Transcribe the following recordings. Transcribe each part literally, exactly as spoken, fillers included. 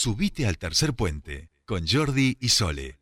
Subite al tercer puente con Jordi y Sole.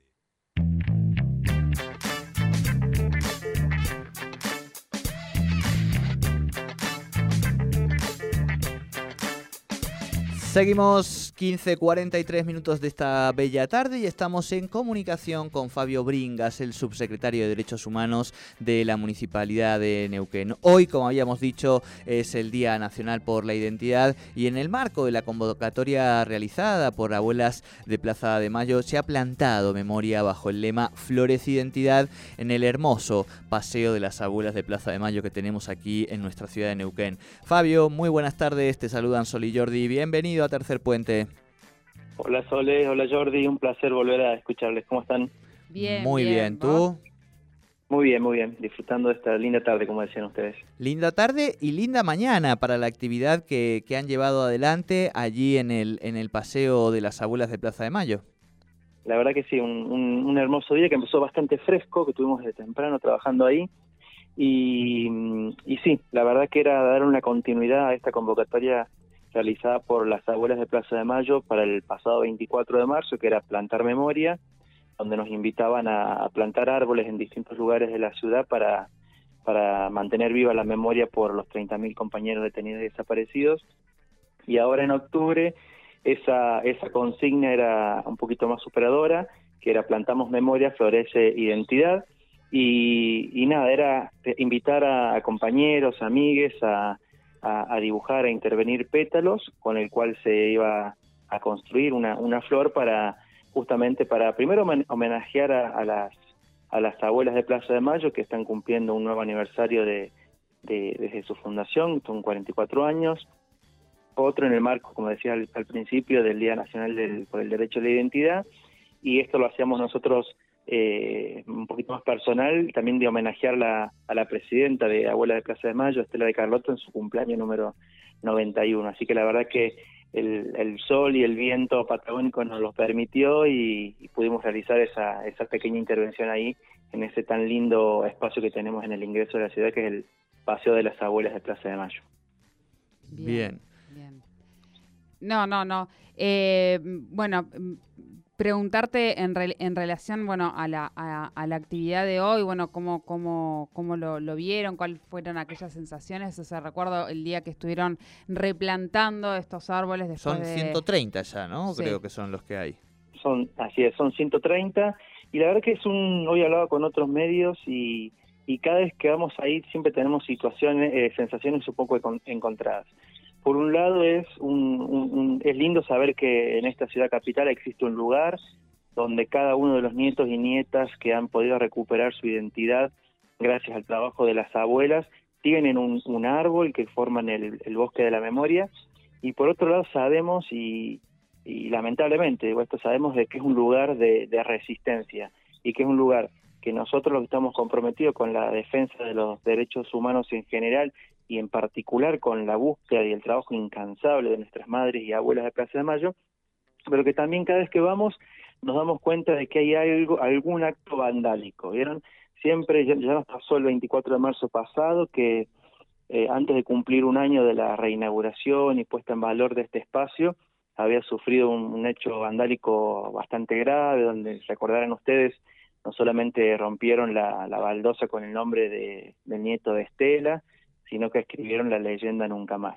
Seguimos quince cuarenta y tres minutos de esta bella tarde y estamos en comunicación con Fabio Bringas, el subsecretario de Derechos Humanos de la Municipalidad de Neuquén. Hoy, como habíamos dicho, es el Día Nacional por la Identidad y en el marco de la convocatoria realizada por Abuelas de Plaza de Mayo se ha plantado memoria bajo el lema Flores Identidad en el hermoso Paseo de las Abuelas de Plaza de Mayo que tenemos aquí en nuestra ciudad de Neuquén. Fabio, muy buenas tardes, te saludan Sol y Jordi, bienvenido a Tercer Puente. Hola Sole, hola Jordi, un placer volver a escucharles. ¿Cómo están? Bien, muy bien. bien. ¿Tú? Muy bien, muy bien. Disfrutando de esta linda tarde, como decían ustedes. Linda tarde y linda mañana para la actividad que, que han llevado adelante allí en el, en el Paseo de las Abuelas de Plaza de Mayo. La verdad que sí, un, un, un hermoso día que empezó bastante fresco, que estuvimos desde temprano trabajando ahí. Y, y sí, la verdad que era dar una continuidad a esta convocatoria realizada por las Abuelas de Plaza de Mayo para el pasado veinticuatro de marzo, que era Plantar Memoria, donde nos invitaban a, a plantar árboles en distintos lugares de la ciudad para, para mantener viva la memoria por los treinta mil compañeros detenidos y desaparecidos. Y ahora en octubre esa, esa consigna era un poquito más superadora, que era Plantamos Memoria, Florece Identidad, y, y nada, era invitar a, a compañeros, amigues, a A, a dibujar, a intervenir pétalos, con el cual se iba a construir una, una flor para, justamente para, primero homenajear a, a las a las abuelas de Plaza de Mayo, que están cumpliendo un nuevo aniversario de, de desde su fundación, son cuarenta y cuatro años. Otro en el marco, como decía al, al principio, del Día Nacional del, por el Derecho a la Identidad, y esto lo hacíamos nosotros Eh, un poquito más personal, también de homenajear la, a la presidenta de Abuela de Plaza de Mayo, Estela de Carlotto, en su cumpleaños número noventa y uno. Así que la verdad que el, el sol y el viento patagónico nos lo permitió y, y pudimos realizar esa, esa pequeña intervención ahí, en ese tan lindo espacio que tenemos en el ingreso de la ciudad, que es el Paseo de las Abuelas de Plaza de Mayo. Bien. Bien. No, no, no. Eh, bueno... Preguntarte en, re, en relación, bueno, a la, a, a la actividad de hoy, bueno, cómo, cómo, cómo lo, lo vieron, cuáles fueron aquellas sensaciones. O sea, recuerdo el día que estuvieron replantando estos árboles después Son de... ciento treinta ya, ¿no? Sí. Creo que son los que hay. Son, así es, son ciento treinta, y la verdad que es un, hoy hablaba con otros medios y, y cada vez que vamos ahí siempre tenemos situaciones, eh, sensaciones un poco encontradas. Por un lado es un, un, un, es lindo saber que en esta ciudad capital existe un lugar donde cada uno de los nietos y nietas que han podido recuperar su identidad gracias al trabajo de las abuelas tienen un, un árbol que forman el, el bosque de la memoria. Y por otro lado sabemos, y, y lamentablemente, digo esto, sabemos de que es un lugar de, de resistencia y que es un lugar que nosotros los que estamos comprometidos con la defensa de los derechos humanos en general y en particular con la búsqueda y el trabajo incansable de nuestras madres y abuelas de Plaza de Mayo, pero que también cada vez que vamos nos damos cuenta de que hay algo, algún acto vandálico, ¿vieron? Siempre, ya, ya nos pasó el veinticuatro de marzo pasado, que eh, antes de cumplir un año de la reinauguración y puesta en valor de este espacio, había sufrido un, un hecho vandálico bastante grave, donde, recordarán ustedes, no solamente rompieron la, la baldosa con el nombre de, del nieto de Estela, sino que escribieron la leyenda Nunca Más.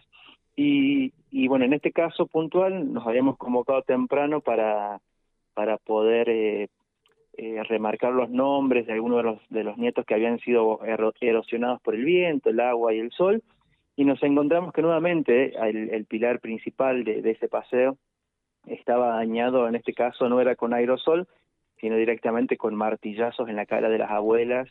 Y, y bueno, en este caso puntual nos habíamos convocado temprano para, para poder eh, eh, remarcar los nombres de algunos de los, de los nietos que habían sido erosionados por el viento, el agua y el sol, y nos encontramos que nuevamente el, el pilar principal de, de ese paseo estaba dañado, en este caso no era con aerosol, sino directamente con martillazos en la cara de las abuelas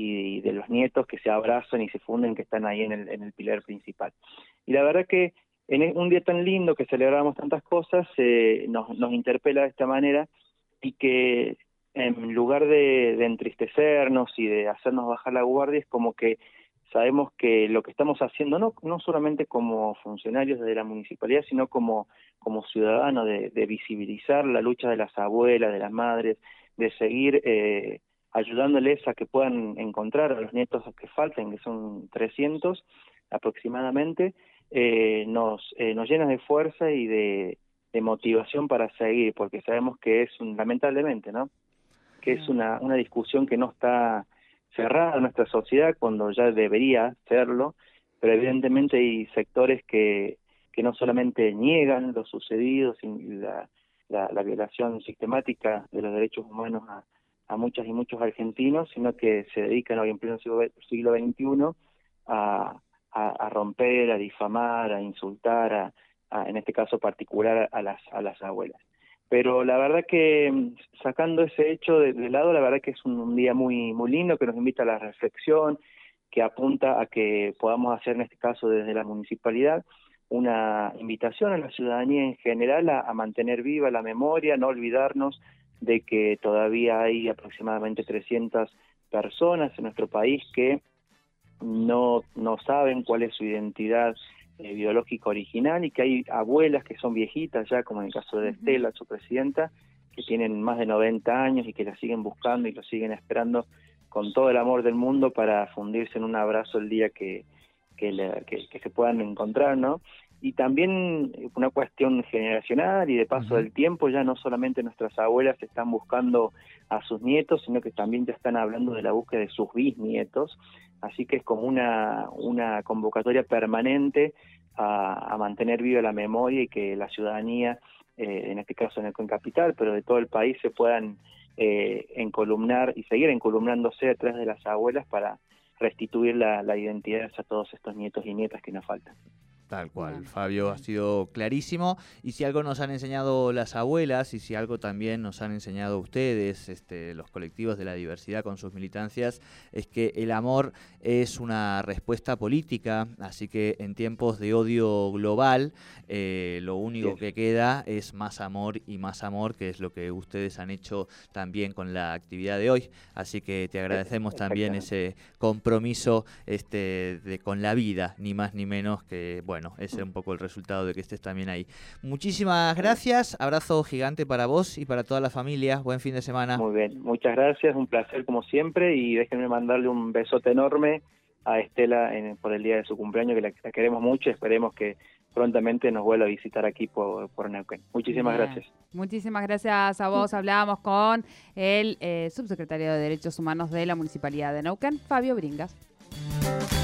y de los nietos que se abrazan y se funden, que están ahí en el, en el pilar principal. Y la verdad que en un día tan lindo que celebramos tantas cosas, eh, nos, nos interpela de esta manera, y que en lugar de, de entristecernos y de hacernos bajar la guardia, es como que sabemos que lo que estamos haciendo, no, no solamente como funcionarios de la municipalidad, sino como, como ciudadanos, de, de visibilizar la lucha de las abuelas, de las madres, de seguir eh, ayudándoles a que puedan encontrar a los nietos que faltan, que son trescientos aproximadamente, eh, nos, eh, nos llena de fuerza y de, de motivación para seguir, porque sabemos que es, un, lamentablemente, ¿no? que es una, una discusión que no está cerrada en nuestra sociedad cuando ya debería serlo, pero evidentemente hay sectores que, que no solamente niegan lo sucedido, sin la, la, la violación sistemática de los derechos humanos a, a muchas y muchos argentinos, sino que se dedican hoy en pleno siglo veintiuno a, a, a romper, a difamar, a insultar, a, a, en este caso particular a las, a las abuelas. Pero la verdad que sacando ese hecho de, de lado, la verdad que es un, un día muy muy lindo que nos invita a la reflexión, que apunta a que podamos hacer en este caso desde la municipalidad una invitación a la ciudadanía en general a, a mantener viva la memoria, no olvidarnos de que todavía hay aproximadamente trescientas personas en nuestro país que no, no saben cuál es su identidad Eh, biológica original y que hay abuelas que son viejitas ya, como en el caso de Estela, su presidenta, que tienen más de noventa años y que la siguen buscando y lo siguen esperando con todo el amor del mundo para fundirse en un abrazo el día que, que, le, que, que se puedan encontrar, ¿no? Y también una cuestión generacional y de paso uh-huh. del tiempo, ya no solamente nuestras abuelas están buscando a sus nietos, sino que también ya están hablando de la búsqueda de sus bisnietos, así que es como una, una convocatoria permanente a, a mantener viva la memoria y que la ciudadanía, eh, en este caso en el Capital, pero de todo el país, se puedan eh, encolumnar y seguir encolumnándose detrás de las abuelas para restituir la, la identidad a todos estos nietos y nietas que nos faltan. Tal cual, Fabio, ha sido clarísimo. Y si algo nos han enseñado las abuelas y si algo también nos han enseñado ustedes, este, los colectivos de la diversidad con sus militancias, es que el amor es una respuesta política, así que en tiempos de odio global, eh, lo único que queda es más amor y más amor, que es lo que ustedes han hecho también con la actividad de hoy. Así que te agradecemos también ese compromiso este, de, con la vida, ni más ni menos que, bueno, Bueno, ese es un poco el resultado de que estés también ahí. Muchísimas gracias, abrazo gigante para vos y para toda la familia, buen fin de semana. Muy bien, muchas gracias, un placer como siempre y déjenme mandarle un besote enorme a Estela en, por el día de su cumpleaños, que la, la queremos mucho y esperemos que prontamente nos vuelva a visitar aquí por, por Neuquén. Muchísimas bien. gracias. Muchísimas gracias a vos. Hablábamos con el eh, subsecretario de Derechos Humanos de la Municipalidad de Neuquén, Fabio Bringas.